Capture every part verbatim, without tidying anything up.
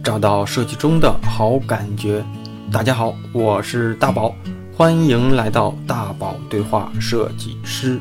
找到设计中的好感觉。大家好，我是大宝，欢迎来到大宝对话设计师。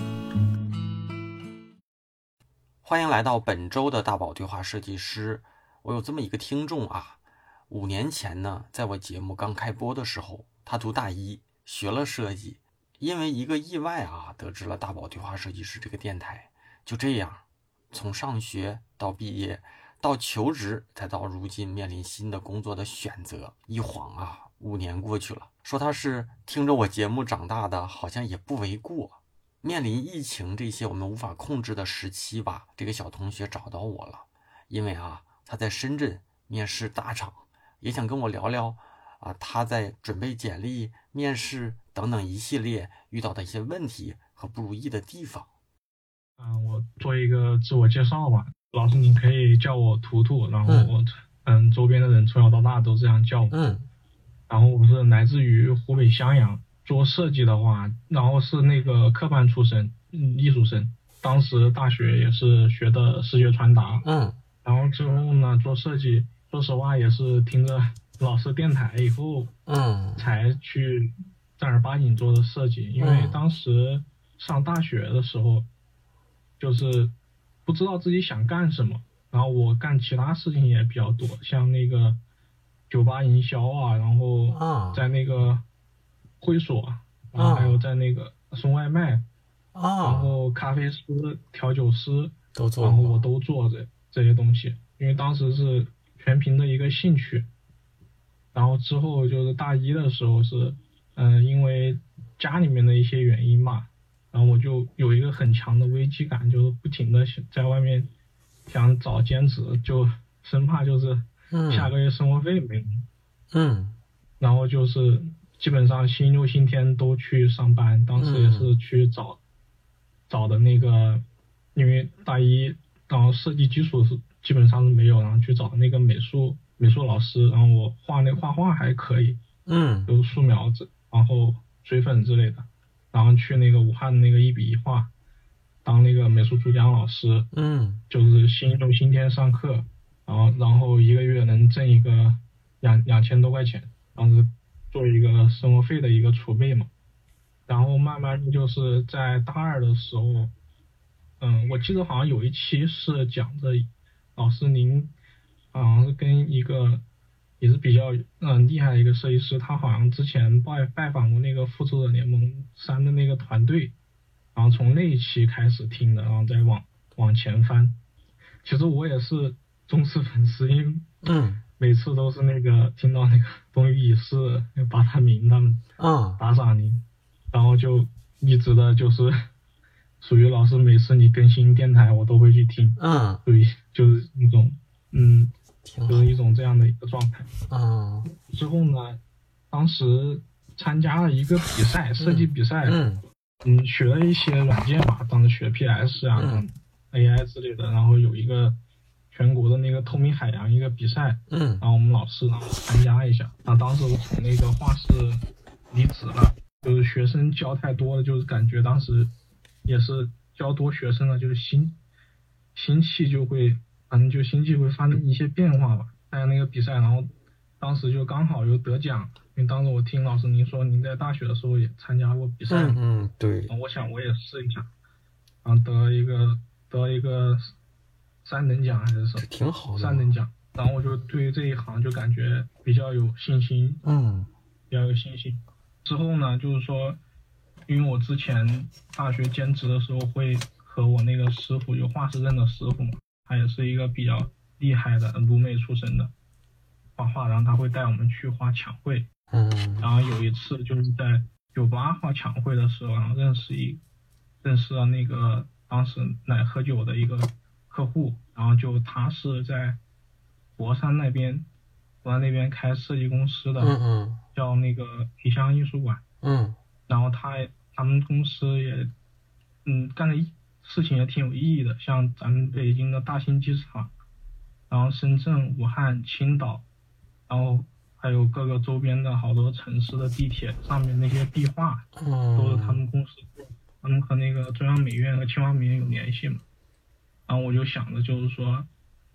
欢迎来到本周的大宝对话设计师。我有这么一个听众啊，五年前呢，在我节目刚开播的时候，他读大一，学了设计，因为一个意外啊，得知了大宝对话设计师这个电台。就这样，从上学到毕业到求职，再到如今面临新的工作的选择，一晃啊，五年过去了。说他是听着我节目长大的，好像也不为过。面临疫情这些我们无法控制的时期吧，这个小同学找到我了，因为啊，他在深圳面试大厂，也想跟我聊聊啊，他在准备简历、面试等等一系列遇到的一些问题和不如意的地方。 嗯，我做一个自我介绍吧。老师，你可以叫我图图，然后我嗯，周边的人从小到大都这样叫我。 嗯， 然后我是来自于湖北襄阳，做设计的话，然后是那个科班出身，嗯，艺术生。当时大学也是学的视觉传达， 嗯， 然后之后呢，做设计，说实话也是听着老师电台以后， 嗯， 才去正儿八经做的设计。因为当时上大学的时候，就是不知道自己想干什么，然后我干其他事情也比较多，像那个酒吧营销啊，然后在那个会所，然后还有在那个送外卖，然后咖啡师、调酒师， 都做， 然后我都做这这些东西，因为当时是全凭的一个兴趣。然后之后就是大一的时候是，嗯、呃，因为家里面的一些原因嘛。然后我就有一个很强的危机感，就是不停的在外面想找兼职，就生怕就是下个月生活费没有。 嗯， 然后就是基本上星期六星期天都去上班，当时也是去找、嗯、找的那个，因为大一然后设计基础是基本上是没有，然后去找那个美术美术老师，然后我画那画画还可以， 嗯， 就是素描子，然后水粉之类的。然后去那个武汉那个一笔一画当那个美术主讲老师， 嗯， 就是星期六星期天上课，然后然后一个月能挣一个两两千多块钱，然后是做一个生活费的一个储备嘛。然后慢慢的就是在大二的时候，嗯，我记得好像有一期是讲的老师您好像是跟一个也是比较嗯厉害的一个设计师，他好像之前拜拜访过那个复仇者联盟三的那个团队，然后从那一期开始听的，然后再往往前翻。其实我也是忠实粉丝，因为嗯每次都是那个听到那个东宇乙士、巴达明他们嗯打赏您，然后就一直的就是属于老师每次你更新电台我都会去听，嗯，所以就是一种嗯。就是一种这样的一个状态。嗯，之后呢，当时参加了一个比赛，设计比赛，嗯，嗯，学了一些软件嘛，当时学 P S 啊、嗯、A I 之类的，然后有一个全国的那个透明海洋一个比赛，嗯，然后我们老师让我参加一下，那当时我从那个画室离职了，就是学生教太多了，就是感觉当时也是教多学生了，就是心心气就会。反正就心气会发生一些变化吧，在那个比赛，然后当时就刚好有得奖，因为当时我听老师您说您在大学的时候也参加过比赛， 嗯嗯对， 我想我也试一下，然后得了一个得了一个三等奖还是什么， 挺好的， 三等奖，然后我就对这一行就感觉比较有信心，嗯，比较有信心。之后呢，就是说，因为我之前大学兼职的时候会和我那个师傅有画室认的师傅嘛。他也是一个比较厉害的鲁美出身的画画，然后他会带我们去画墙绘，嗯，然后有一次就是在酒吧画墙绘的时候，然后认识一认识了那个当时来喝酒的一个客户，然后就他是在佛山那边佛山那边开设计公司的，嗯嗯，叫那个皮箱艺术馆，嗯，然后他他们公司也嗯干了一事情也挺有意义的，像咱们北京的大兴机场，然后深圳、武汉、青岛，然后还有各个周边的好多城市的地铁上面那些壁画，都是他们公司做，他们和那个中央美院和清华美院有联系嘛。然后我就想着就是说，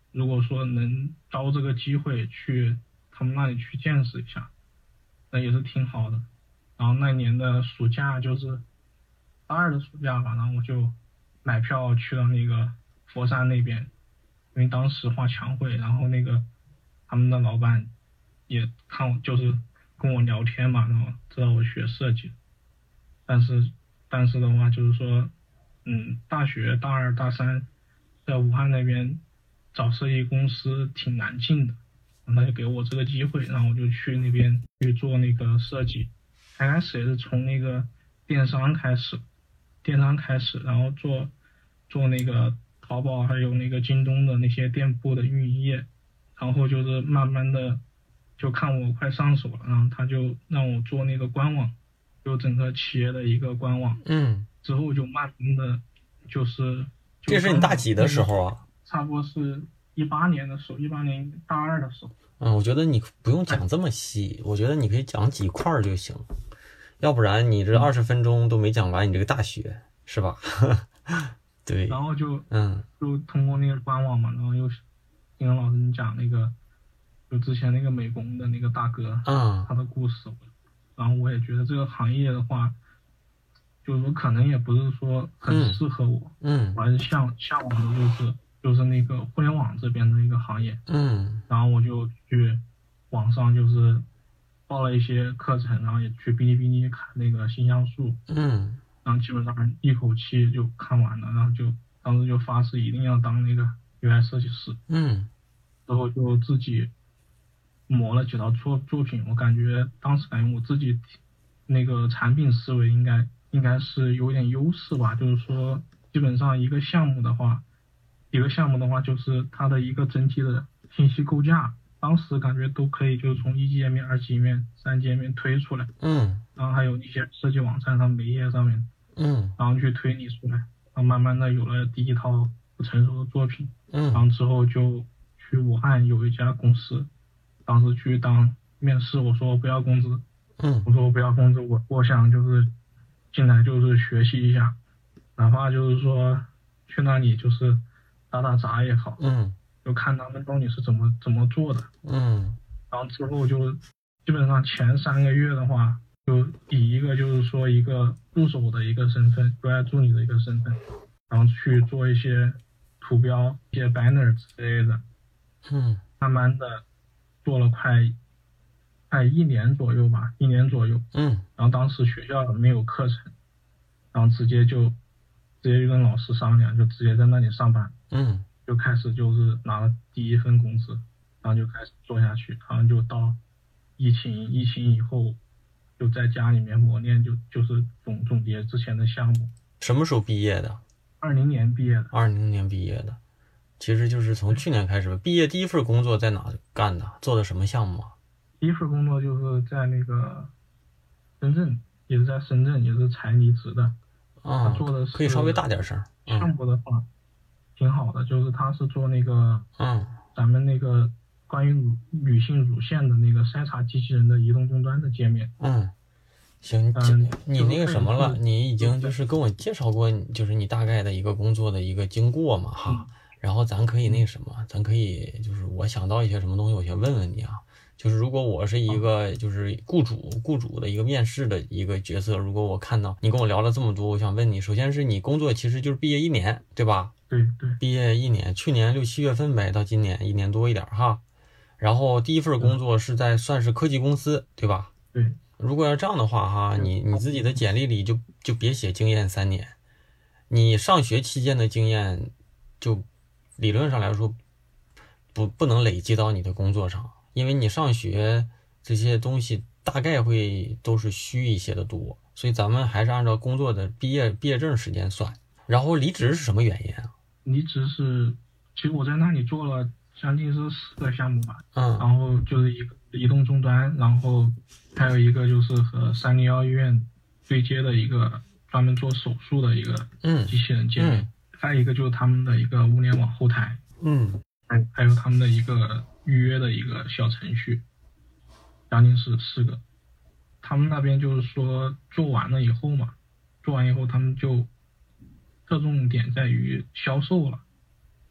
如果说能招这个机会去他们那里去见识一下，那也是挺好的。然后那年的暑假就是大二的暑假吧，然后我就买票去到那个佛山那边，因为当时画墙绘，然后那个他们的老板也看我，就是跟我聊天嘛，然后知道我学设计，但是但是的话就是说，嗯，大学大二大三在武汉那边找设计公司挺难进的，然后他就给我这个机会，然后我就去那边去做那个设计，刚开始也是从那个电商开始，电商开始，然后做做那个淘宝还有那个京东的那些店铺的运营页，然后就是慢慢的就看我快上手了，然后他就让我做那个官网，就整个企业的一个官网， 嗯， 之后就慢慢的就是就这是你大几的时候啊？ 差不多是一八年的时候，一八年大二的时候。 嗯，我觉得你不用讲这么细，我觉得你可以讲几块儿就行，要不然你这二十分钟都没讲完，你这个大学是吧？对， 然后就嗯就通过那个官网嘛，然后又听老师你讲那个，就之前那个美工的那个大哥， 啊他的故事，然后我也觉得这个行业的话，就是说可能也不是说很适合我， 嗯我还是向向往的就是就是那个互联网这边的一个行业， 嗯然后我就去网上就是报了一些课程，然后也去哔哩哔哩看那个新像素， 嗯然后基本上一口气就看完了，然后就当时就发誓一定要当那个 U I 设计师， 嗯之后就自己磨了几套作作品，我感觉当时感觉我自己那个产品思维应该应该是有点优势吧，就是说基本上一个项目的话，一个项目的话就是它的一个整体的信息构架，当时感觉都可以就是从一界面、二界面、三界面推出来， 嗯然后还有一些设计网站上每页上面， 嗯然后去推理出来，然后慢慢的有了第一套不成熟的作品，然后嗯之后就去武汉有一家公司，当时去当面试，我说我不要工资， 嗯我说我不要工资，我我想就是进来就是学习一下，哪怕就是说去那里就是打打杂也好， 嗯就看他们到底是怎么怎么做的， 嗯然后之后就基本上前三个月的话，就以一个就是说一个助手的一个身份，U I 助理的一个身份，然后去做一些图标、一些 banner 之类的， 嗯慢慢的做了快快一年左右吧，一年左右。 嗯然后当时学校没有课程，然后直接就直接就跟老师商量，就直接在那里上班， 嗯就开始就是拿了第一份工资，然后就开始做下去，然后就到疫情疫情以后，就在家里面磨练，就就是总总结之前的项目。 什么时候毕业的？ 二零年毕业的。 二零年毕业的，其实就是从去年开始吧。毕业第一份工作在哪干的？做的什么项目啊？ 第一份工作就是在那个深圳，也是在深圳，也是才离职的。 啊、 他做的是可以稍微大点声。 项目的话，挺好的，就是他是做那个嗯咱们那个关于乳女性乳腺的那个筛查机器人的移动终端的界面。 嗯，行， 嗯， 你那个什么了？你已经就是跟我介绍过，就是你大概的一个工作的一个经过嘛，哈。 嗯、 然后咱可以那什么，咱可以就是我想到一些什么东西，我先问问你啊。就是如果我是一个就是雇主雇主的一个面试的一个角色，如果我看到你跟我聊了这么多，我想问你，首先是你工作其实就是毕业一年，对吧？ 对对， 毕业一年，去年六七月份呗，到今年一年多一点哈。然后第一份工作是在算是科技公司，对吧？ 对。 如果要这样的话哈，你你自己的简历里就就别写经验三年，你上学期间的经验就理论上来说不不能累积到你的工作上，因为你上学这些东西大概会都是虚一些的多，所以咱们还是按照工作的毕业毕业证时间算。然后离职是什么原因啊？ 离职是，其实我在那里做了将近是四个项目吧， 嗯， 然后就是一个移动终端，然后还有一个就是和三零幺医院对接的一个专门做手术的一个机器人界面， 嗯、 还有一个就是他们的一个物联网后台， 嗯， 还还有他们的一个预约的一个小程序，将近是四个。他们那边就是说做完了以后嘛，做完以后他们就侧重点在于销售了，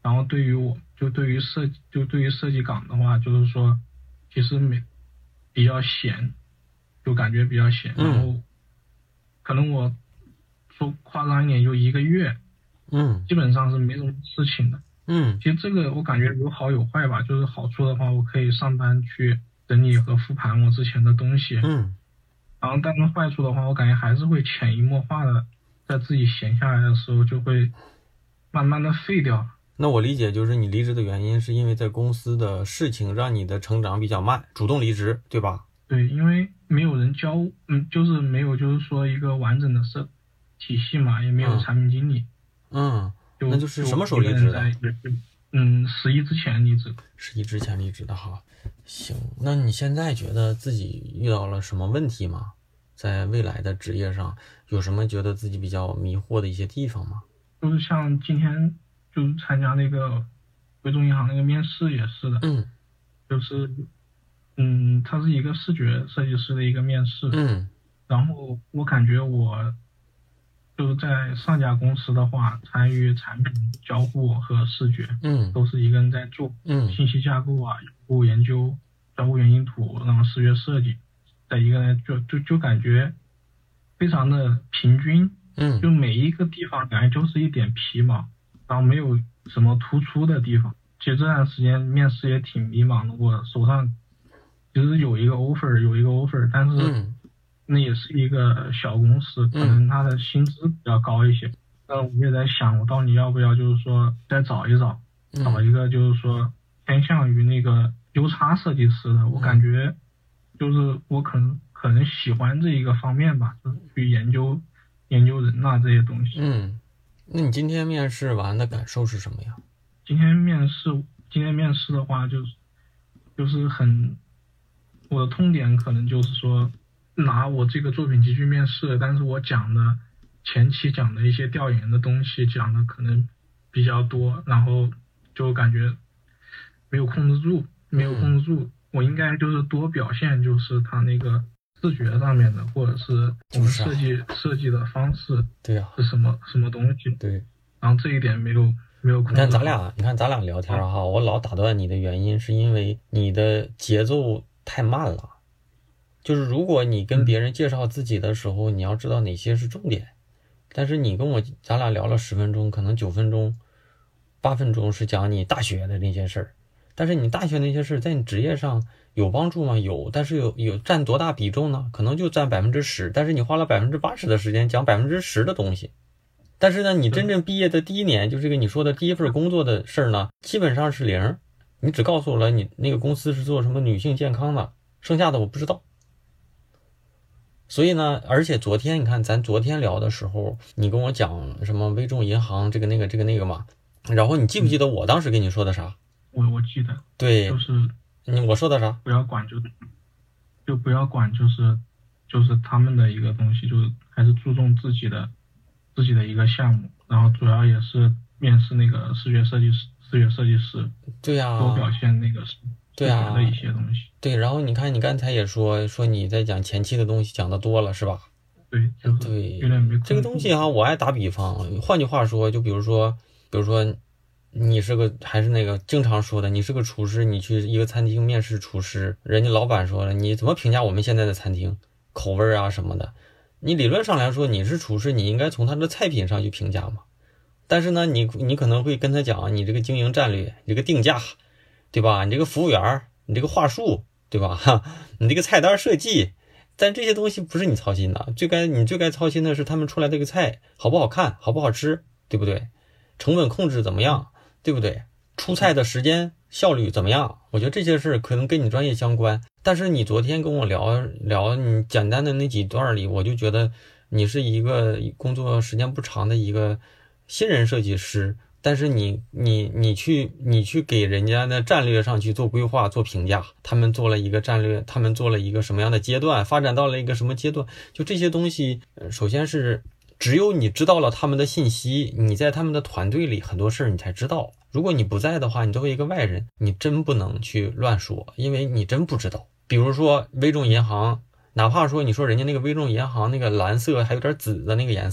然后对于我就对于设就对于设计岗的话，就是说其实没比较闲，就感觉比较闲， 嗯、 然后可能我说夸张一点，就一个月， 嗯， 基本上是没什么事情的。 嗯， 其实这个我感觉有好有坏吧，就是好处的话，我可以上班去整理和复盘我之前的东西， 嗯， 然后但是坏处的话，我感觉还是会潜移默化的，在自己闲下来的时候就会慢慢的废掉。 那我理解就是你离职的原因是因为在公司的事情让你的成长比较慢，主动离职，对吧？ 对，因为没有人教，嗯，就是没有就是说一个完整的设体系嘛，也没有产品经理。 嗯， 就那就是什么时候离职的？ 嗯，十一之前离职。 十一之前离职的哈。行，那你现在觉得自己遇到了什么问题吗？在未来的职业上有什么觉得自己比较迷惑的一些地方吗？ 就是像今天就是参加那个贵州银行那个面试也是的， 嗯， 就是嗯，它是一个视觉设计师的一个面试， 嗯， 然后我感觉我就是在上家公司的话，参与产品交互和视觉， 嗯， 都是一个人在做， 嗯， 信息架构啊、用户研究、交互原因图，然后视觉设计，在一个人就就就感觉非常的平均， 嗯， 就每一个地方感觉就是一点皮毛，然后没有什么突出的地方。其实这段时间面试也挺迷茫的，我手上其实有一个 offer， 有一个 offer， 但是、 嗯， 那也是一个小公司，可能他的薪资比较高一些。但我也在想，我到底要不要就是说再找一找，找一个就是说偏向于那个 U X 设计师的。我感觉就是我可能可能喜欢这一个方面吧，就是去研究研究人呐、这些东西。 嗯，那你今天面试完的感受是什么呀？ 今天面试，今天面试的话就是就是很，我的痛点可能就是说。拿我这个作品集去面试，但是我讲的前期讲的一些调研的东西讲的可能比较多，然后就感觉没有控制住，没有控制住。嗯、我应该就是多表现，就是他那个视觉上面的，或者是我们设计、啊、设计的方式， 对呀、 是什么什么东西？ 对。 然后这一点没有没有控制。 你看咱俩，你看咱俩聊天哈，我老打断你的原因是因为你的节奏太慢了。就是如果你跟别人介绍自己的时候，你要知道哪些是重点，但是你跟我咱俩聊了十分钟，可能九分钟、八分钟是讲你大学的那些事儿，但是你大学那些事儿在你职业上有帮助吗？有，但是有有占多大比重呢？可能就占百分之十，但是你花了百分之八十的时间讲百分之十的东西，但是呢，你真正毕业的第一年，就这个你说的第一份工作的事儿呢，基本上是零，你只告诉我了你那个公司是做什么女性健康的，剩下的我不知道。所以呢，而且昨天你看咱昨天聊的时候，你跟我讲什么微众银行这个那个这个那个嘛，然后你记不记得我当时跟你说的啥？ 我我记得， 对， 就是你我说的啥？ 不要管就就不要管，就是就是他们的一个东西，就是还是注重自己的自己的一个项目，然后主要也是面试那个视觉设计师，视觉设计师， 对呀、啊， 多表现那个对啊的一些东西。 对，然后你看你刚才也说说你在讲前期的东西讲的多了是吧？ 对，就是对， 有点没这个东西哈，我爱打比方，换句话说，就比如说，比如说你是个还是那个经常说的，你是个厨师，你去一个餐厅面试厨师，人家老板说了，你怎么评价我们现在的餐厅口味啊什么的？你理论上来说你是厨师，你应该从他的菜品上去评价嘛。但是呢，你你可能会跟他讲你这个经营战略，你这个定价，对吧？你这个服务员，你这个话术，对吧？哈，你这个菜单设计。但这些东西不是你操心的，最该你最该操心的是他们出来这个菜好不好看，好不好吃，对不对？成本控制怎么样，对不对？出菜的时间效率怎么样？我觉得这些事可能跟你专业相关。但是你昨天跟我聊聊你简单的那几段里，我就觉得你是一个工作时间不长的一个新人设计师。但是你你你去你去给人家的战略上去做规划做评价，他们做了一个战略，他们做了一个什么样的阶段，发展到了一个什么阶段，就这些东西，首先是只有你知道了他们的信息，你在他们的团队里很多事你才知道。如果你不在的话，你作为一个外人，你真不能去乱说，因为你真不知道。比如说微众银行，哪怕说你说人家那个微众银行那个蓝色还有点紫的那个颜色，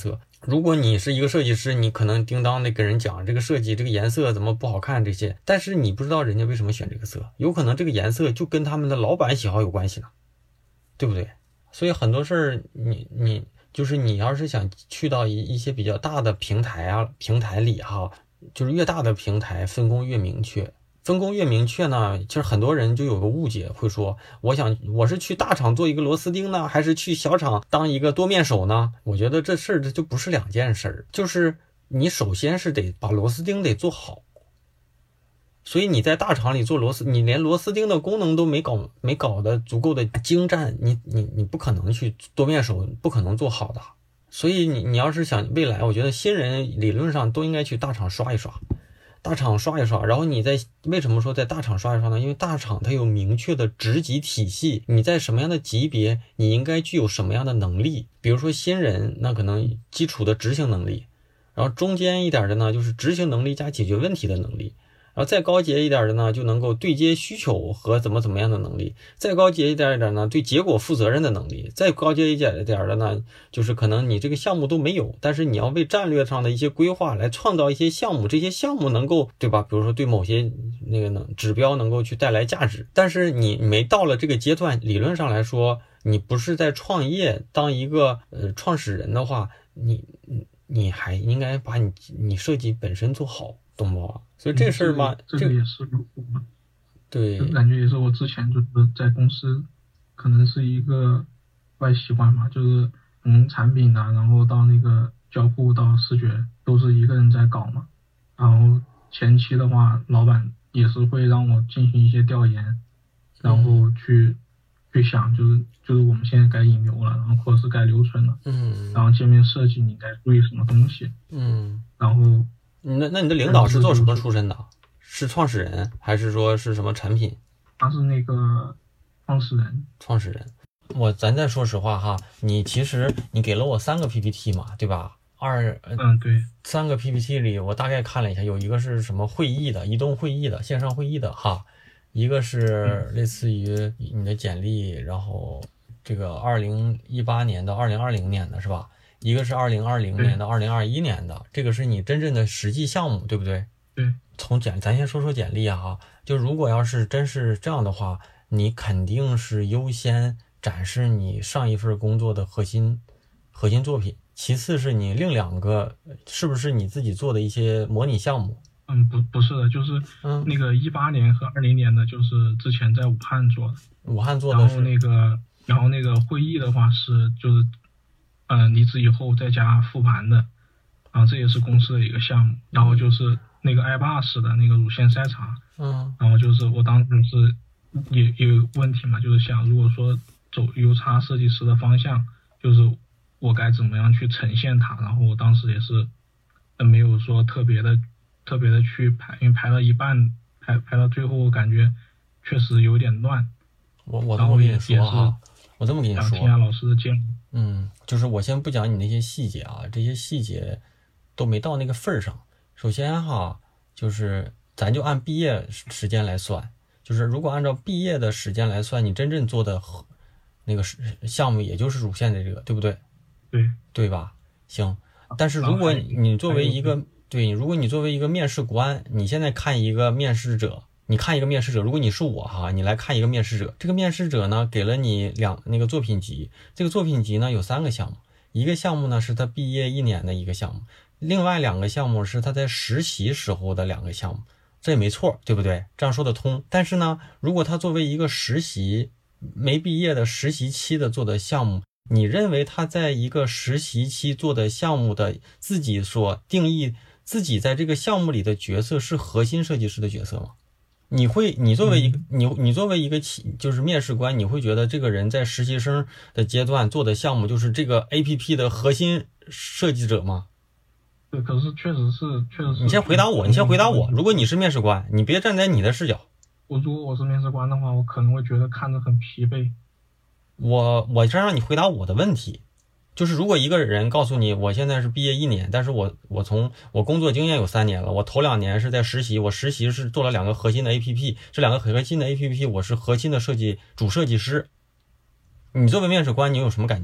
如果你是一个设计师，你可能叮当的跟人讲这个设计这个颜色怎么不好看这些，但是你不知道人家为什么选这个色，有可能这个颜色就跟他们的老板喜好有关系呢，对不对？所以很多事儿你你就是你要是想去到一一些比较大的平台啊平台里哈，就是越大的平台分工越明确。分工越明确呢，其实很多人就有个误解，会说我想我是去大厂做一个螺丝钉呢，还是去小厂当一个多面手呢？我觉得这事儿这就不是两件事儿，就是你首先是得把螺丝钉得做好。所以你在大厂里做螺丝，你连螺丝钉的功能都没搞没搞得足够的精湛，你你你不可能去多面手，不可能做好的。所以你你要是想未来，我觉得新人理论上都应该去大厂刷一刷。大厂刷一刷，然后你在为什么说在大厂刷一刷呢？因为大厂它有明确的职级体系，你在什么样的级别，你应该具有什么样的能力。比如说新人，那可能基础的执行能力，然后中间一点的呢，就是执行能力加解决问题的能力。然后再高阶一点的呢，就能够对接需求和怎么怎么样的能力；再高阶一点一点呢，对结果负责任的能力；再高阶一点一点的呢，就是可能你这个项目都没有，但是你要为战略上的一些规划来创造一些项目，这些项目能够对吧？比如说对某些那个呢指标能够去带来价值，但是你没到了这个阶段，理论上来说，你不是在创业当一个呃创始人的话，你你还应该把你你设计本身做好。懂不？所以这事儿吧， 这个也是我， 对， 感觉也是我之前就是在公司，可能是一个坏习惯嘛，就是从产品啊，然后到那个交互到视觉，都是一个人在搞嘛。然后前期的话，老板也是会让我进行一些调研，然后去、嗯、去想，就是就是我们现在该引流了，然后或者是该留存了， 嗯， 然后界面设计你该注意什么东西， 嗯， 然后。 那那你的领导是做什么出身的？是创始人还是说是什么产品？ 他是那个创始人。 创始人，我咱再说实话哈，你其实你给了我三个 P P T 嘛，对吧？二嗯对， 三个 P P T 里我大概看了一下，有一个是什么会议的，移动会议的，线上会议的哈，一个是类似于你的简历，然后这个二零一八年到二零二零年的是吧？一个是二零二零年到二零二一年的，这个是你真正的实际项目，对不对？ 对。 从简，咱先说说简历啊，就如果要是真是这样的话，你肯定是优先展示你上一份工作的核心核心作品，其次是你另两个是不是你自己做的一些模拟项目？ 嗯，不不是的，就是那个一八年和二零年的，就是之前在武汉做的。 武汉做的是。 然后那个，然后那个会议的话是就是。嗯，离职以后在家复盘的，啊，这也是公司的一个项目。然后就是那个 i 八 式的那个乳腺筛查， 嗯， 然后就是我当时是也有问题嘛，就是想如果说走 U X 设计师的方向，就是我该怎么样去呈现它。然后我当时也是，呃，没有说特别的特别的去排，因为排到一半，排排到最后，我感觉确实有点乱。 我我这么跟你说哈，我这么跟你说， 听下老师的建议。 嗯，就是我先不讲你那些细节啊，这些细节都没到那个份儿上。首先哈，就是咱就按毕业时间来算，就是如果按照毕业的时间来算，你真正做的那个项目也就是乳腺的这个，对不对？ 对， 对吧？行，但是如果你作为一个对，如果你作为一个面试官，你现在看一个面试者。你看一个面试者，如果你是我哈，你来看一个面试者，这个面试者呢给了你两那个作品集，这个作品集呢有三个项目，一个项目呢是他毕业一年的一个项目，另外两个项目是他在实习时候的两个项目，这也没错，对不对？这样说得通。但是呢，如果他作为一个实习没毕业的实习期的做的项目，你认为他在一个实习期做的项目的自己所定义自己在这个项目里的角色是核心设计师的角色吗？你会，你作为一个你你作为一个就是面试官，你会觉得这个人在实习生的阶段做的项目就是这个 A P P 的核心设计者吗？ 对，可是确实是，确实是。 你先回答我，你先回答我。如果你是面试官，你别站在你的视角。 我如果我是面试官的话，我可能会觉得看着很疲惫。 我我先让你回答我的问题。就是如果一个人告诉你我现在是毕业一年，但是我我从我工作经验有三年了，我头两年是在实习，我实习是做了两个核心的 A P P， 这两个核心的 A P P 我是核心的设计主设计师，你作为面试官你有什么感觉？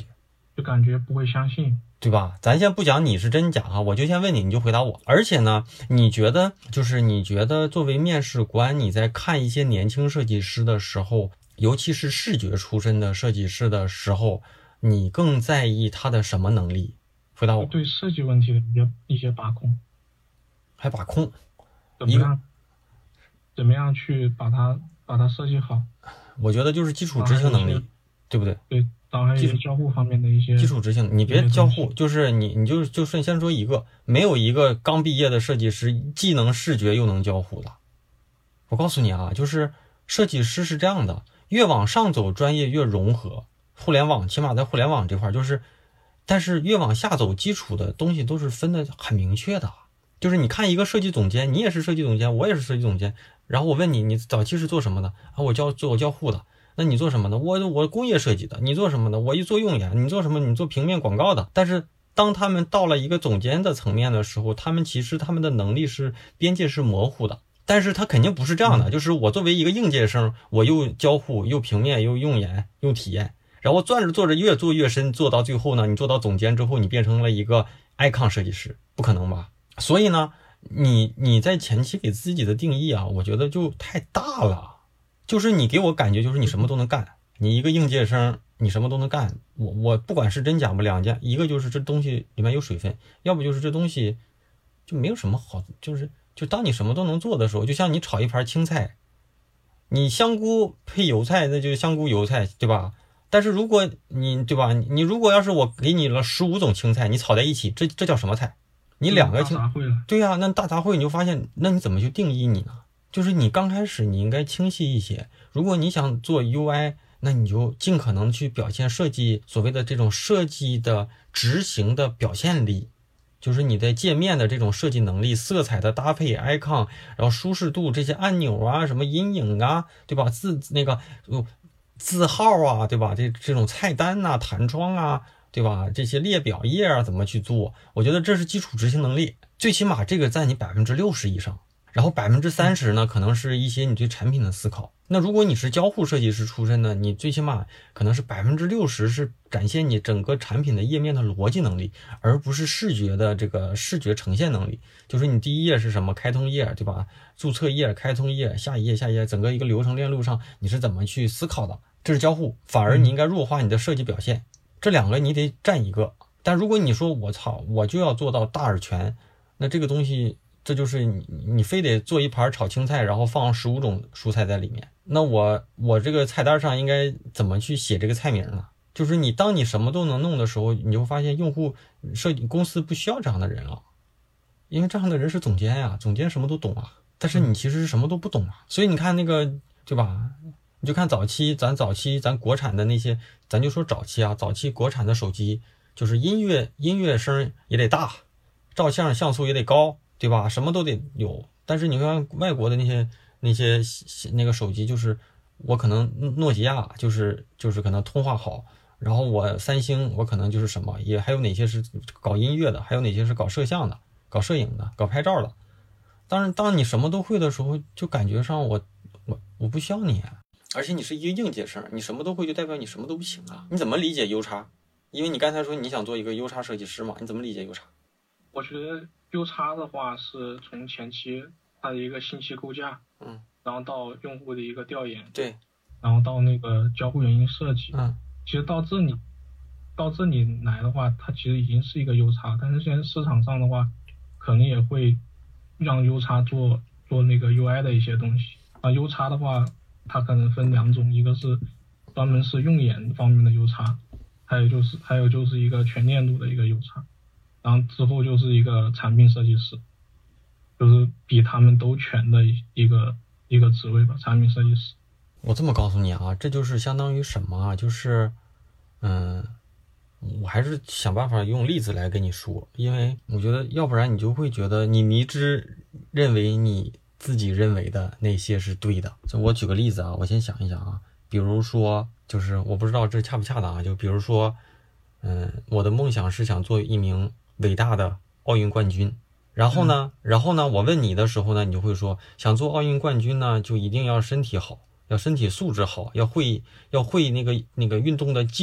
就感觉不会相信， 对吧？咱先不讲你是真假哈，我就先问你，你就回答我。而且呢，你觉得就是你觉得作为面试官，你在看一些年轻设计师的时候，尤其是视觉出身的设计师的时候，你更在意他的什么能力？回答我。 对设计问题的一些一些把控， 还把控， 怎么样怎么样去把它把它设计好？ 我觉得就是基础执行能力，对不对？ 对，然后还有一些交互方面的一些基础执行，你别交互，就是你你就就顺先说一个，没有一个刚毕业的设计师既能视觉又能交互的。我告诉你啊，就是设计师是这样的，越往上走专业越融合，互联网起码在互联网这块就是，但是越往下走基础的东西都是分的很明确的。就是你看一个设计总监，你也是设计总监，我也是设计总监，然后我问你，你早期是做什么的啊？我教做我交互的。那你做什么呢？我我工业设计的。你做什么呢？我一做用眼。你做什么？你做平面广告的。但是当他们到了一个总监的层面的时候，他们其实他们的能力是边界是模糊的。但是他肯定不是这样的， 嗯、 就是我作为一个应届生，我又交互又平面又用眼又体验，然后做着做着越做越深，做到最后呢，你做到总监之后，你变成了一个 icon 设计师，不可能吧？所以呢，你你在前期给自己的定义啊，我觉得就太大了。就是你给我感觉就是你什么都能干，你一个应届生你什么都能干，我我不管是真假不两件，一个就是这东西里面有水分，要不就是这东西就没有什么好，就是就当你什么都能做的时候，就像你炒一盘青菜，你香菇配油菜那就是香菇油菜，对吧？但是如果你对吧，你如果要是我给你了十五种青菜，你炒在一起，这这叫什么菜？你两个青大杂烩了， 对呀、啊，那大杂烩你就发现，那你怎么去定义你呢？就是你刚开始你应该清晰一些，如果你想做 U I， 那你就尽可能去表现设计所谓的这种设计的执行的表现力，就是你的界面的这种设计能力，色彩的搭配 icon， 然后舒适度，这些按钮啊，什么阴影啊，对吧？字那个字号啊，对吧？这这种菜单啊，弹窗啊，对吧？这些列表页啊，怎么去做？我觉得这是基础执行能力，最起码这个占你百分之六十以上。然后百分之三十呢，可能是一些你对产品的思考。那如果你是交互设计师出身的，你最起码可能是百分之六十是展现你整个产品的页面的逻辑能力，而不是视觉的这个视觉呈现能力。就是你第一页是什么开通页，对吧？注册页、开通页、下一页、下一页，整个一个流程链路上你是怎么去思考的？这是交互，反而你应该弱化你的设计表现。这两个你得占一个。但如果你说我操，我就要做到大而全，那这个东西。这就是你，你非得做一盘炒青菜，然后放十五种蔬菜在里面。那我我这个菜单上应该怎么去写这个菜名呢？就是你当你什么都能弄的时候，你就发现用户设计公司不需要这样的人了，因为这样的人是总监呀，总监什么都懂啊，但是你其实是什么都不懂啊。所以你看那个，对吧？你就看早期咱早期咱国产的那些，咱就说早期啊，早期国产的手机，就是音乐音乐声也得大，照相像素也得高。对吧？什么都得有，但是你看外国的那些那些那个手机，就是我可能诺基亚就是就是可能通话好，然后我三星我可能就是什么，也还有哪些是搞音乐的，还有哪些是搞摄像的、搞摄影的、搞拍照的。当然，当你什么都会的时候，就感觉上我我我不需要你，而且你是一个应届生，你什么都会就代表你什么都不行啊？你怎么理解 U 叉？因为你刚才说你想做一个 U 叉设计师嘛，你怎么理解 U 叉？ 我觉得 U 叉的话是从前期它的一个信息构架， 嗯， 然后到用户的一个调研， 对， 然后到那个交互原因设计， 嗯， 其实到这里到这里来的话，它其实已经是一个 U 叉，但是现在市场上的话，可能也会让 U 叉做做那个 U I 的一些东西啊。U 叉的话，它可能分两种，一个是专门是用眼方面的 U 叉，还有就是还有就是一个全链路的一个 U 叉。然后之后就是一个产品设计师，就是比他们都全的一个一个职位吧，产品设计师。 我这么告诉你啊，这就是相当于什么啊？就是，嗯，我还是想办法用例子来跟你说，因为我觉得要不然你就会觉得你迷之认为你自己认为的那些是对的。就我举个例子啊，我先想一想啊，比如说，就是我不知道这恰不恰当啊，就比如说，嗯，我的梦想是想做一名伟大的奥运冠军，然后呢，然后呢，我问你的时候呢，你就会说，想做奥运冠军呢，就一定要身体好，要身体素质好，要会要会那个那个运动的技能，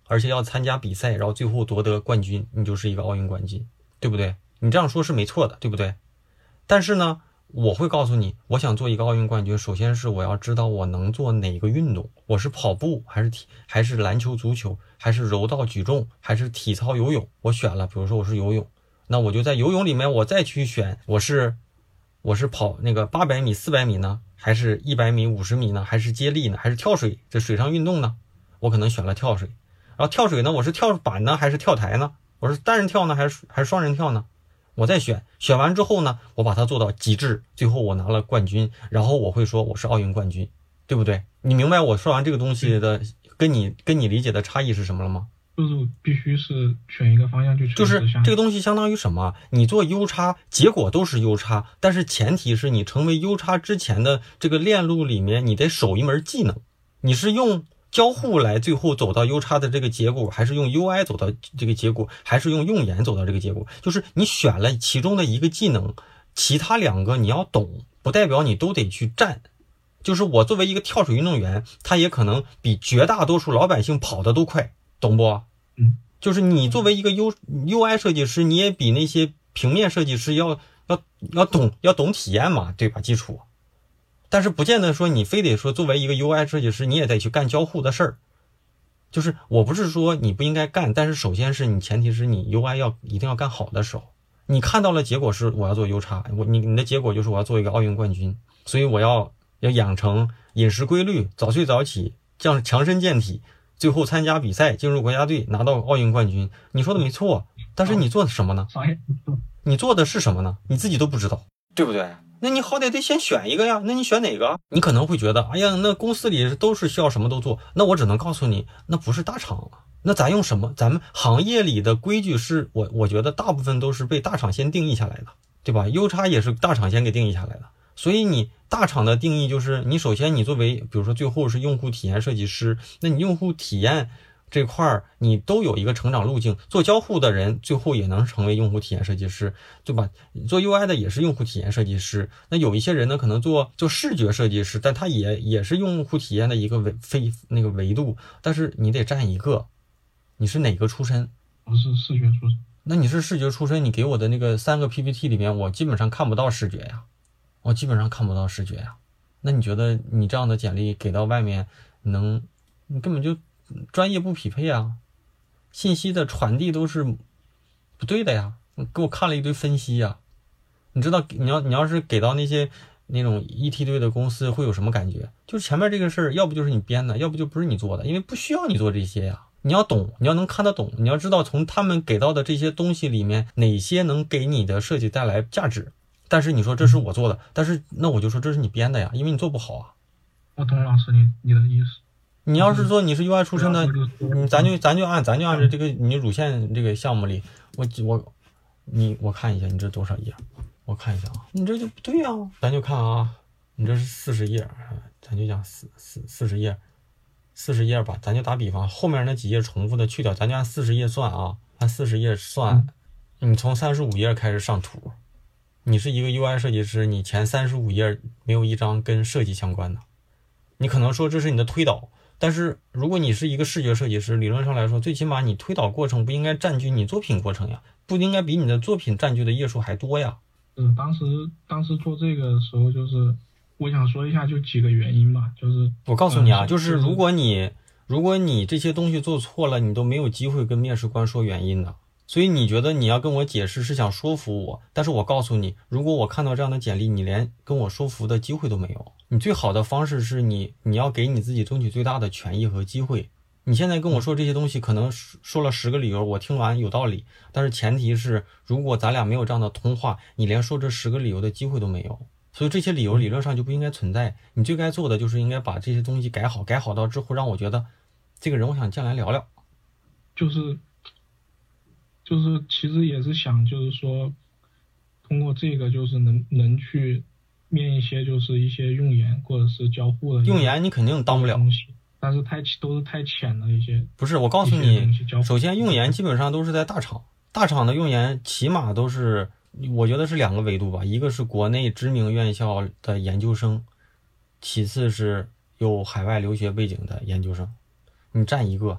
而且要参加比赛，然后最后夺得冠军，你就是一个奥运冠军，对不对？你这样说是没错的，对不对？但是呢，我会告诉你，我想做一个奥运冠军，首先是我要知道我能做哪个运动，我是跑步还是体还是篮球足球还是柔道举重还是体操游泳，我选了，比如说我是游泳，那我就在游泳里面我再去选，我是我是跑那个八百米四百米呢，还是一百米五十米呢，还是接力呢，还是跳水，这水上运动呢，我可能选了跳水。然后跳水呢，我是跳板呢还是跳台呢，我是单人跳呢还是还是双人跳呢，我再选，选完之后呢，我把它做到极致，最后我拿了冠军，然后我会说我是奥运冠军，对不对？你明白我说完这个东西的跟你跟你理解的差异是什么了吗？ 就是必须是选一个方向去全就是职项目。 这个东西相当于什么？你做 U 叉，结果都是 U 叉，但是前提是你成为 U 叉之前的这个链路里面，你得守一门技能。你是用交互来最后走到 U 叉的这个结果，还是用 U I 走到这个结果，还是用用眼走到这个结果？就是你选了其中的一个技能，其他两个你要懂，不代表你都得去占。就是我作为一个跳水运动员，他也可能比绝大多数老百姓跑的都快，懂不？ 嗯， 就是你作为一个 U UI 设计师，你也比那些平面设计师要要要懂要懂体验嘛，对吧？基础。但是不见得说你非得说作为一个 U I 设计师，你也得去干交互的事儿。就是我不是说你不应该干，但是首先是你前提是你 U I 要一定要干好的时候，你看到了结果是我要做 U 叉，我你你的结果就是我要做一个奥运冠军，所以我要要养成饮食规律，早睡早起，这样强身健体，最后参加比赛，进入国家队，拿到奥运冠军。你说的没错，但是你做的什么呢？你做的是什么呢？你自己都不知道，对不对？那你好歹得先选一个呀，那你选哪个？你可能会觉得，哎呀，那公司里都是需要什么都做，那我只能告诉你，那不是大厂啊。那咱用什么？咱们行业里的规矩是我我觉得大部分都是被大厂先定义下来的，对吧 ？U 叉也是大厂先给定义下来的，所以你大厂的定义就是你首先你作为比如说最后是用户体验设计师，那你用户体验这块儿你都有一个成长路径，做交互的人最后也能成为用户体验设计师，对吧？做 U I 的也是用户体验设计师，那有一些人呢可能做做视觉设计师，但他也也是用户体验的一个维非那个维度，但是你得占一个。你是哪个出身？ 我是视觉出身。 那你是视觉出身，你给我的那个三个 P P T 里面，我基本上看不到视觉呀，我基本上看不到视觉呀。那你觉得你这样的简历给到外面能，你根本就专业不匹配啊，信息的传递都是不对的呀。你给我看了一堆分析呀，你知道你要你要是给到那些那种一梯队的公司会有什么感觉？就是前面这个事儿，要不就是你编的，要不就不是你做的，因为不需要你做这些呀。你要懂，你要能看得懂，你要知道从他们给到的这些东西里面，哪些能给你的设计带来价值。但是你说这是我做的，但是那我就说这是你编的呀，因为你做不好啊。 我懂老师你你的意思。 你要是说你是 U I 出身的，你咱就咱就按咱就按着这个你乳腺这个项目里，我我你我看一下，你这多少页？我看一下啊，你这就不对啊，咱就看啊，你这是四十页，咱就讲四四四十页。四十页吧，咱就打比方，后面那几页重复的去掉，咱就按四十页算啊，按四十页算。你从三十五页开始上图，你是一个 U I 设计师，你前三十五页没有一张跟设计相关的，你可能说这是你的推导，但是如果你是一个视觉设计师，理论上来说，最起码你推导过程不应该占据你作品过程呀，不应该比你的作品占据的页数还多呀。 嗯，当时当时做这个的时候就是。我想说一下，就几个原因吧，就是我告诉你啊，就是如果你如果你这些东西做错了，你都没有机会跟面试官说原因的。所以你觉得你要跟我解释是想说服我，但是我告诉你，如果我看到这样的简历，你连跟我说服的机会都没有。你最好的方式是你你要给你自己争取最大的权益和机会。你现在跟我说这些东西，可能说了十个理由，我听完有道理，但是前提是如果咱俩没有这样的通话，你连说这十个理由的机会都没有。所以这些理由理论上就不应该存在，你最该做的就是应该把这些东西改好，改好到之后让我觉得这个人我想将来聊聊。 就是就是其实也是想就是说通过这个就是能能去面一些就是一些用研或者是交互的用研你肯定当不了， 但是太都是太浅的一些。 不是，我告诉你，首先用研基本上都是在大厂，大厂的用研起码都是我觉得是两个维度吧，一个是国内知名院校的研究生，其次是有海外留学背景的研究生，你占一个，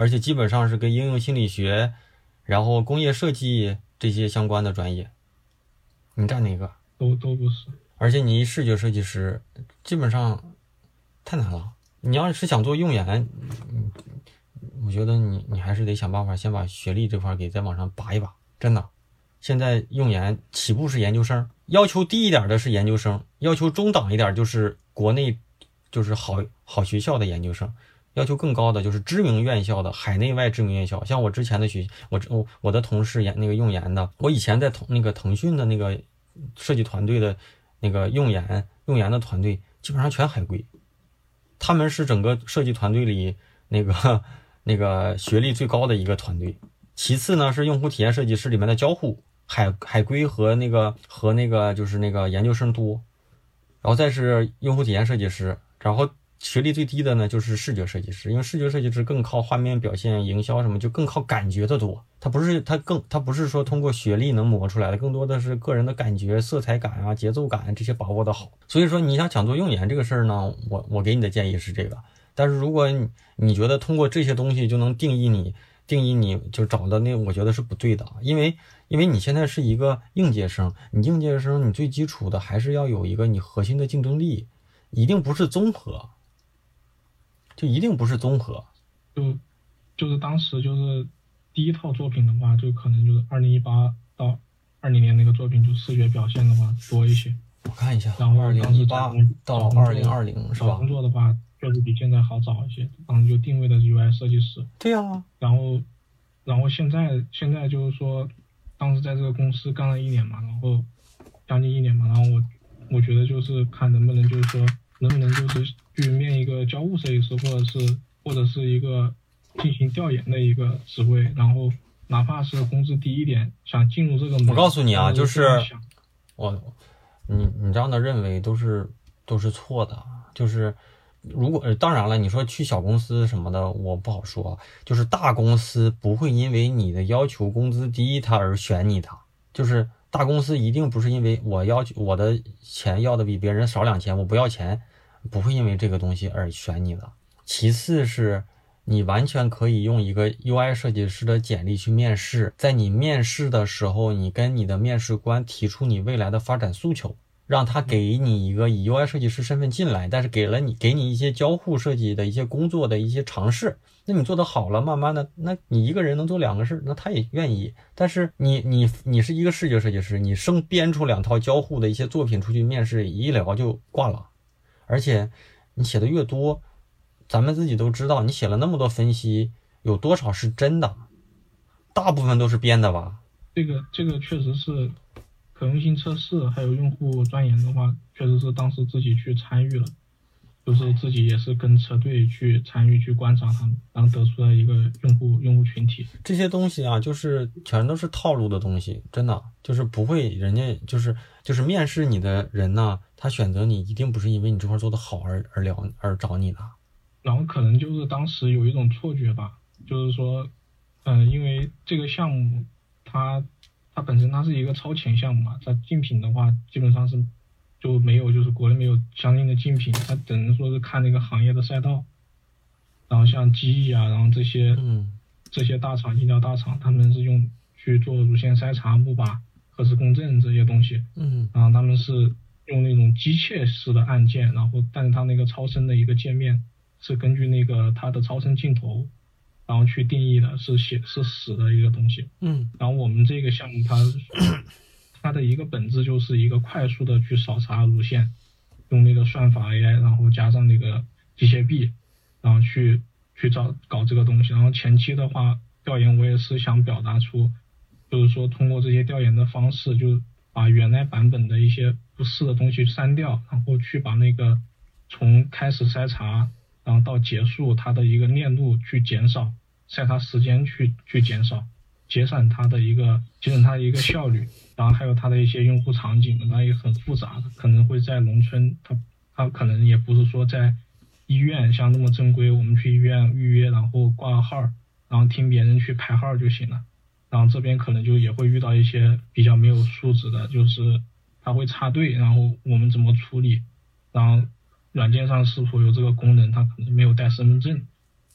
而且基本上是跟应用心理学，然后工业设计这些相关的专业。你占哪个？ 都都不是。 而且你视觉设计师，基本上太难了。你要是想做用研，嗯，我觉得你你还是得想办法先把学历这块给再往上拔一拔，真的。现在用研起步是研究生，要求低一点的是研究生，要求中档一点就是国内就是好好学校的研究生，要求更高的就是知名院校的海内外知名院校。像我之前的学我我我的同事研那个用研的，我以前在腾那个腾讯的那个设计团队的那个用研用研的团队基本上全海归，他们是整个设计团队里那个那个学历最高的一个团队。其次呢是用户体验设计师里面的交互海海归和那个和那个就是那个研究生多，然后再是用户体验设计师，然后学历最低的呢就是视觉设计师，因为视觉设计师更靠画面表现、营销什么，就更靠感觉的多。它不是它更它不是说通过学历能磨出来的，更多的是个人的感觉、色彩感啊、节奏感这些把握的好。所以说你想想做用研这个事儿呢，我我给你的建议是这个。但是如果你你觉得通过这些东西就能定义你定义你就找的那，我觉得是不对的，因为因为你现在是一个应届生，你应届生你最基础的还是要有一个你核心的竞争力，一定不是综合，就一定不是综合。 就就是当时就是第一套作品的话，就可能就是二零一八到二零年那个作品，就视觉表现的话多一些。 我看一下， 然后二零一八到二零二零是吧？ 找工作的话，确实比现在好找一些。当时就定位的 U I 设计师。 对呀、啊。 然后，然后现在现在就是说，当时在这个公司干了一年嘛，然后将近一年嘛，然后我我觉得就是看能不能就是说能不能就是去面一个交互设计师，或者是或者是一个进行调研的一个职位，然后哪怕是工资低一点，想进入这个门。 我告诉你啊，就是我。你你这样的认为都是都是错的，就是如果当然了，你说去小公司什么的，我不好说，就是大公司不会因为你的要求工资低他而选你的，就是大公司一定不是因为我要求我的钱要的比别人少两千，我不要钱，不会因为这个东西而选你的。其次是你完全可以用一个 U I 设计师的简历去面试，在你面试的时候，你跟你的面试官提出你未来的发展诉求，让他给你一个以 U I 设计师身份进来，但是给了你给你一些交互设计的一些工作的一些尝试，那你做得好了，慢慢的，那你一个人能做两个事，那他也愿意。但是你你你是一个视觉设计师，你生编出两套交互的一些作品出去面试，一聊就挂了，而且你写的越多，咱们自己都知道，你写了那么多分析，有多少是真的？大部分都是编的吧？ 这个这个确实是可用性测试，还有用户钻研的话，确实是当时自己去参与了，就是自己也是跟车队去参与去观察他们，然后得出了一个用户用户群体。 这些东西啊，就是全都是套路的东西，真的就是不会，人家就是就是面试你的人呢，他选择你一定不是因为你这块做的好而而聊而找你的。 然后可能就是当时有一种错觉吧，就是说，嗯、呃，因为这个项目它它本身它是一个超前项目嘛，它竞品的话基本上是就没有，就是国内没有相应的竞品，它只能说是看那个行业的赛道。然后像机翼啊，然后这些嗯这些大厂医疗大厂，他们是用去做乳腺筛查、钼靶、核磁共振这些东西， 嗯， 然后他们是用那种机械式的按键，然后但是它那个超声的一个界面是根据那个它的超声镜头，然后去定义的，是写是死的一个东西。 嗯， 然后我们这个项目它它的一个本质就是一个快速的去扫查乳腺，用那个算法 A I， 然后加上那个机械臂，然后去去找搞这个东西。然后前期的话调研我也是想表达出，就是说通过这些调研的方式，就把原来版本的一些不适的东西删掉，然后去把那个从开始筛查然后到结束它的一个链路去减少，筛查时间去去减少，节省它的一个节省它的一个效率，然后还有它的一些用户场景，它也很复杂的，可能会在农村，它它可能也不是说在医院像那么正规，我们去医院预约然后挂号，然后听别人去排号就行了。然后这边可能就也会遇到一些比较没有素质的，就是他会插队，然后我们怎么处理，然后软件上是否有这个功能，他可能没有带身份证，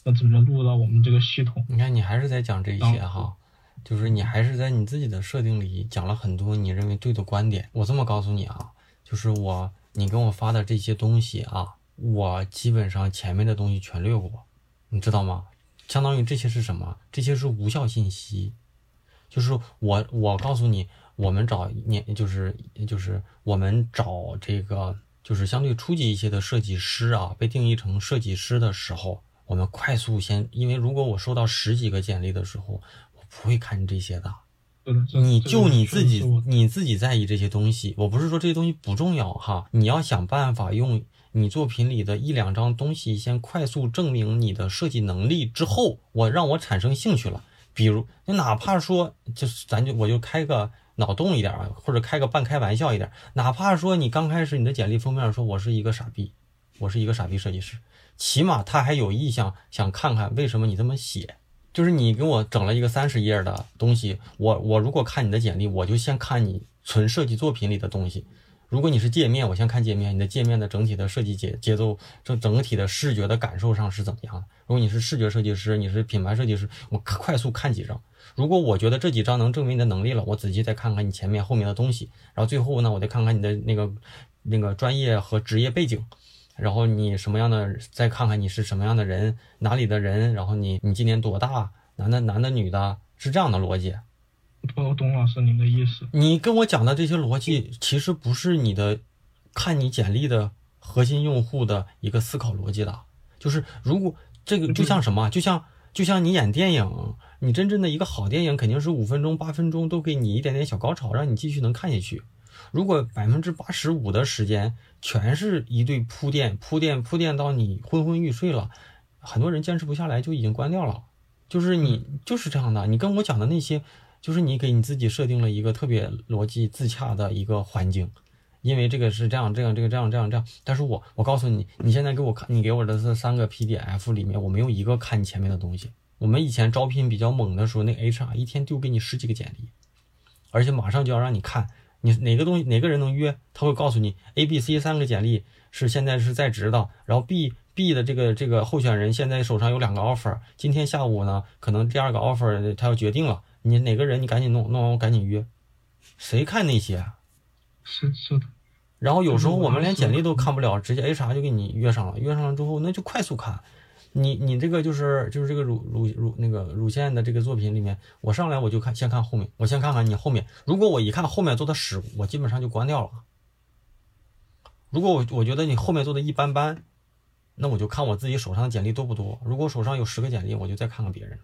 那怎么录到我们这个系统？ 你看，你还是在讲这些哈，就是你还是在你自己的设定里讲了很多你认为对的观点。我这么告诉你啊，就是我你跟我发的这些东西啊，我基本上前面的东西全略过，你知道吗？相当于这些是什么？这些是无效信息。就是我我告诉你，我们找年就是就是我们找这个就是相对初级一些的设计师啊，被定义成设计师的时候，我们快速先，因为如果我收到十几个简历的时候，我不会看这些的。你就你自己你自己在意这些东西，我不是说这些东西不重要哈，你要想办法用你作品里的一两张东西先快速证明你的设计能力之后，我让我产生兴趣了。比如哪怕说就是咱就我就开个脑洞一点啊，或者开个半开玩笑一点，哪怕说你刚开始你的简历封面说我是一个傻逼，我是一个傻逼设计师，起码他还有意向想看看为什么你这么写。就是你给我整了一个三十页的东西，我我如果看你的简历，我就先看你纯设计作品里的东西。如果你是界面，我先看界面，你的界面的整体的设计节节奏，整整体的视觉的感受上是怎么样的？如果你是视觉设计师，你是品牌设计师，我快速看几张。如果我觉得这几张能证明你的能力了，我仔细再看看你前面后面的东西，然后最后呢，我再看看你的那个那个专业和职业背景。然后你什么样的，再看看你是什么样的人，哪里的人，然后你你今年多大，男的男的女的，是这样的逻辑。 我懂老师您的意思。 你跟我讲的这些逻辑，其实不是你的看你简历的核心用户的一个思考逻辑的。就是如果这个就像什么，就像就像你演电影，你真正的一个好电影肯定是五分钟八分钟都给你一点点小高潮，让你继续能看下去。如果百分之八十五的时间全是一对铺垫铺垫铺垫到你昏昏欲睡了，很多人坚持不下来就已经关掉了。就是你就是这样的，你跟我讲的那些，就是你给你自己设定了一个特别逻辑自洽的一个环境，因为这个是这样这样这个这样这样这样。但是我我告诉你，你现在给我看，你给我的这三个 P D F 里面，我没有一个看你前面的东西。我们以前招聘比较猛的时候，那个 H R 一天丢给你十几个简历，而且马上就要让你看。你哪个东西哪个人能约，他会告诉你 A、B、C 三个简历是现在是在职的，然后 B B 的这个这个候选人现在手上有两个 offer， 今天下午呢可能第二个 offer 他要决定了，你哪个人你赶紧弄弄完我赶紧约，谁看那些？ 是是的。 然后有时候我们连简历都看不了，直接 H R 就给你约上了，约上了之后那就快速看。你你这个就是就是这个乳乳乳那个乳腺的这个作品里面，我上来我就看先看后面，我先看看你后面。如果我一看后面做的屎，我基本上就关掉了。如果我我觉得你后面做的一般般，那我就看我自己手上的简历多不多。如果手上有十个简历，我就再看看别人的，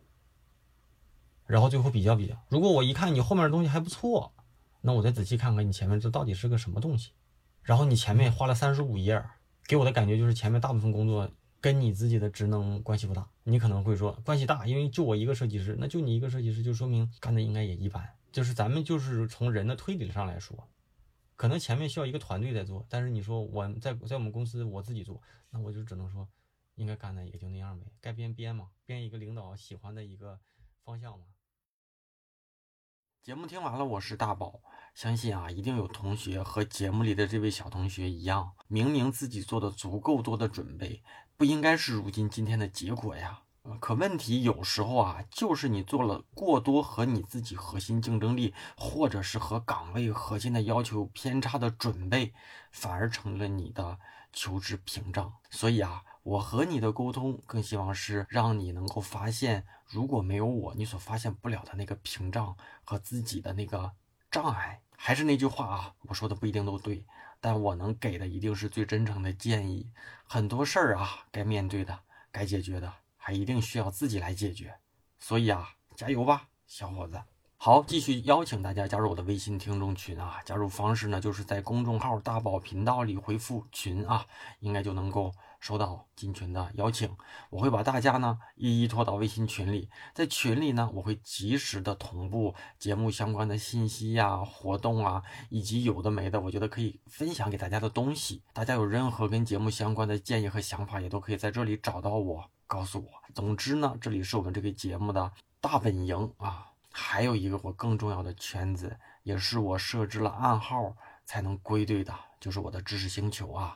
然后最后比较比较。如果我一看你后面的东西还不错，那我再仔细看看你前面这到底是个什么东西。然后你前面花了三十五页，给我的感觉就是前面大部分工作跟你自己的职能关系不大。你可能会说关系大，因为就我一个设计师，那就你一个设计师，就说明干的应该也一般。就是咱们就是从人的推理上来说，可能前面需要一个团队在做，但是你说我在在我们公司我自己做，那我就只能说应该干的也就那样呗，该编编嘛，编一个领导喜欢的一个方向嘛。节目听完了，我是大宝，相信啊，一定有同学和节目里的这位小同学一样，明明自己做的足够多的准备，不应该是如今今天的结果呀。可问题有时候啊，就是你做了过多和你自己核心竞争力，或者是和岗位核心的要求偏差的准备，反而成了你的求职屏障。所以啊，我和你的沟通更希望是让你能够发现，如果没有我，你所发现不了的那个屏障和自己的那个障碍。还是那句话啊，我说的不一定都对，但我能给的一定是最真诚的建议。很多事儿啊，该面对的，该解决的，还一定需要自己来解决。所以啊，加油吧，小伙子。好，继续邀请大家加入我的微信听众群啊！加入方式呢，就是在公众号大宝频道里回复群啊，应该就能够收到进群的邀请。我会把大家呢一一拖到微信群里，在群里呢，我会及时的同步节目相关的信息呀、活动啊，以及有的没的，我觉得可以分享给大家的东西。大家有任何跟节目相关的建议和想法，也都可以在这里找到我，告诉我。总之呢，这里是我们这个节目的大本营啊。还有一个我更重要的圈子，也是我设置了暗号才能归队的，就是我的知识星球啊。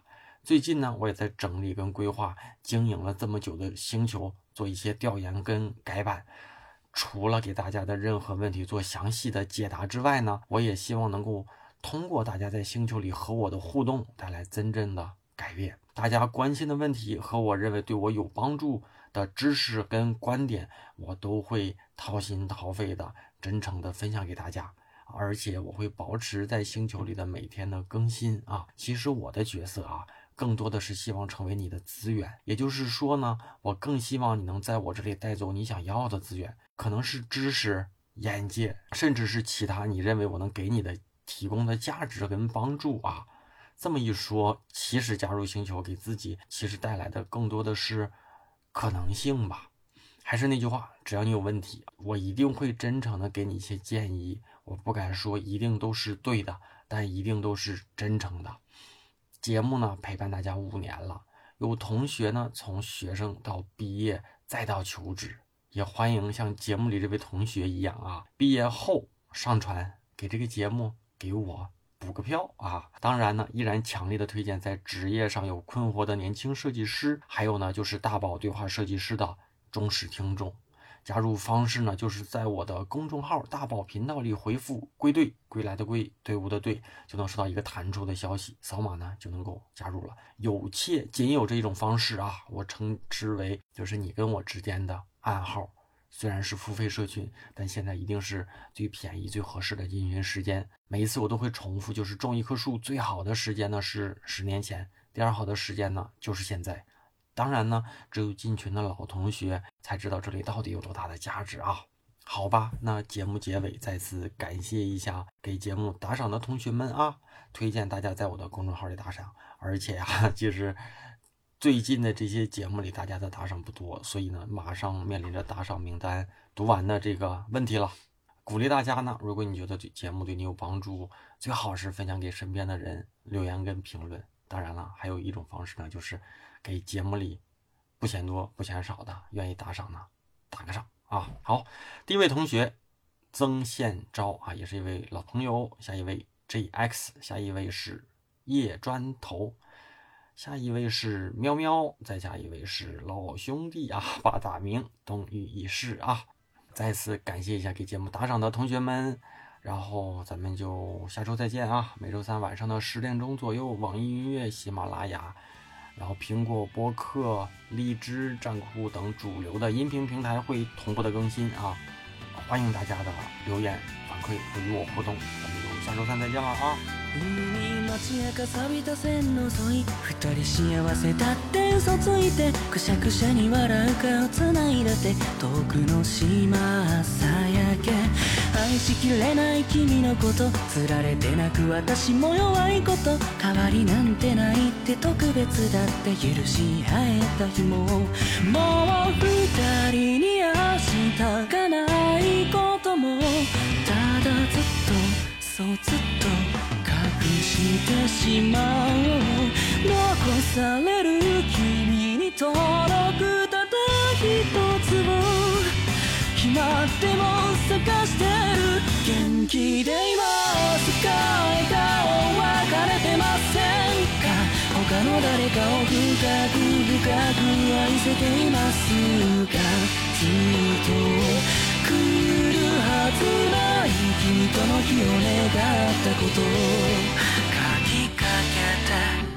最近呢，我也在整理跟规划经营了这么久的星球，做一些调研跟改版。除了给大家的任何问题做详细的解答之外呢，我也希望能够通过大家在星球里和我的互动，带来真正的改变。大家关心的问题和我认为对我有帮助的知识跟观点，我都会掏心掏肺的真诚的分享给大家，而且我会保持在星球里的每天的更新啊。其实我的角色啊，更多的是希望成为你的资源，也就是说呢，我更希望你能在我这里带走你想要的资源，可能是知识、眼界，甚至是其他你认为我能给你的提供的价值跟帮助啊。这么一说，其实加入星球给自己其实带来的更多的是可能性吧。还是那句话，只要你有问题，我一定会真诚的给你一些建议。我不敢说一定都是对的，但一定都是真诚的。节目呢陪伴大家五年了，有同学呢从学生到毕业再到求职，也欢迎像节目里这位同学一样啊，毕业后上传给这个节目给我补个票啊！当然呢，依然强烈的推荐在职业上有困惑的年轻设计师，还有呢就是大宝对话设计师的忠实听众。加入方式呢，就是在我的公众号大宝频道里回复归队，归来的归，队伍的队，就能收到一个弹出的消息，扫码呢就能够加入了。有且仅有这一种方式啊，我称之为就是你跟我之间的暗号。虽然是付费社群，但现在一定是最便宜最合适的进群时间。每一次我都会重复，就是种一棵树最好的时间呢是十年前，第二好的时间呢就是现在。当然呢，只有进群的老同学才知道这里到底有多大的价值啊。好吧，那节目结尾再次感谢一下给节目打赏的同学们啊，推荐大家在我的公众号里打赏。而且啊，就是最近的这些节目里大家的打赏不多，所以呢马上面临着打赏名单读完的这个问题了。鼓励大家呢，如果你觉得对节目对你有帮助，最好是分享给身边的人，留言跟评论。当然了，还有一种方式呢，就是给节目里不嫌多不嫌少的愿意打赏呢打个赏啊。好，第一位同学曾宪昭啊，也是一位老朋友。下一位 J X， 下一位是叶砖头，下一位是喵喵，再下一位是老兄弟啊，八大名冬雨已逝啊。再次感谢一下给节目打赏的同学们，然后咱们就下周再见啊！每周三晚上的十点钟左右，网易音乐、喜马拉雅，然后苹果播客、荔枝、站酷等主流的音频平台会同步的更新啊！欢迎大家的留言反馈和与我互动，咱们就下周三再见了啊！ 海街中錆びた線の沿い二人幸せだって嘘ついてくしゃくしゃに笑う顔つないだって遠くの島朝焼け愛しきれない君のこと釣られて泣く私も弱いこと変わりなんてないって特別だって許し合えた日ももう二人に明日がないこともただずっとそうずっと隠してしまう残される君に登録ただ一つを決まっても探してる元気でいますか笑顔別れてませんか他の誰かを深く深く愛せていますかずっと来るはずない君との日を願ったことを書きかけて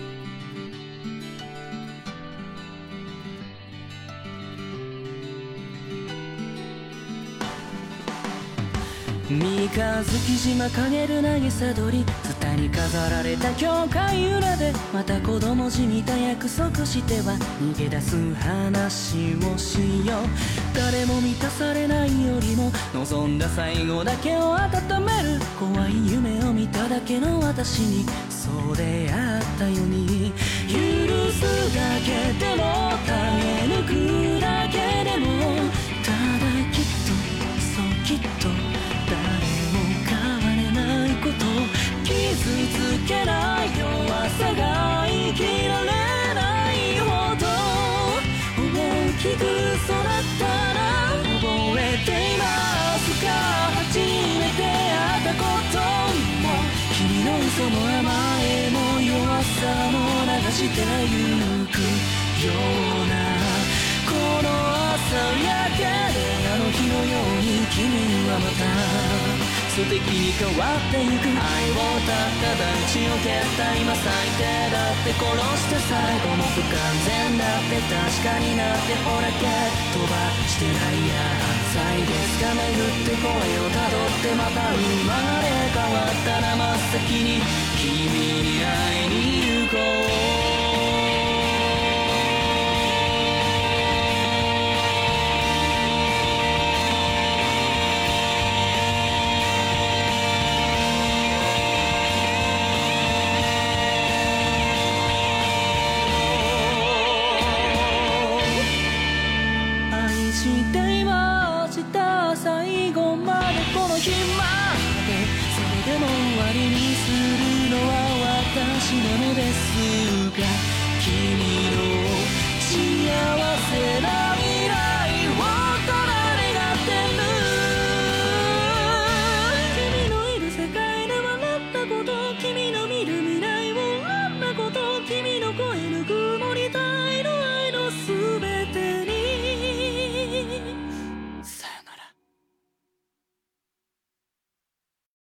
三日月島陰る渚鳥ツタに飾られた教会裏でまた子供じみた約束しては逃げ出す話をしよう誰も満たされないよりも望んだ最後だけを温める怖い夢を見ただけの私にそうであったように許すだけでも耐え抜くだけでもただきっとそうきっと誰も変われないこと傷つけない弱さが生きられないほど大きく育ったら覚えていますか初めて会ったことも君の嘘も甘えも弱さも流してゆくようなこの朝焼けであの日のように君はまた素敵に変わってゆく愛をたった大地を蹴った今最低だって殺して最後も不完全だって確かになってほらけ飛ばしてないや罪ですが巡って声をたどってまた生まれ変わったら真っ先に君に会いに行こう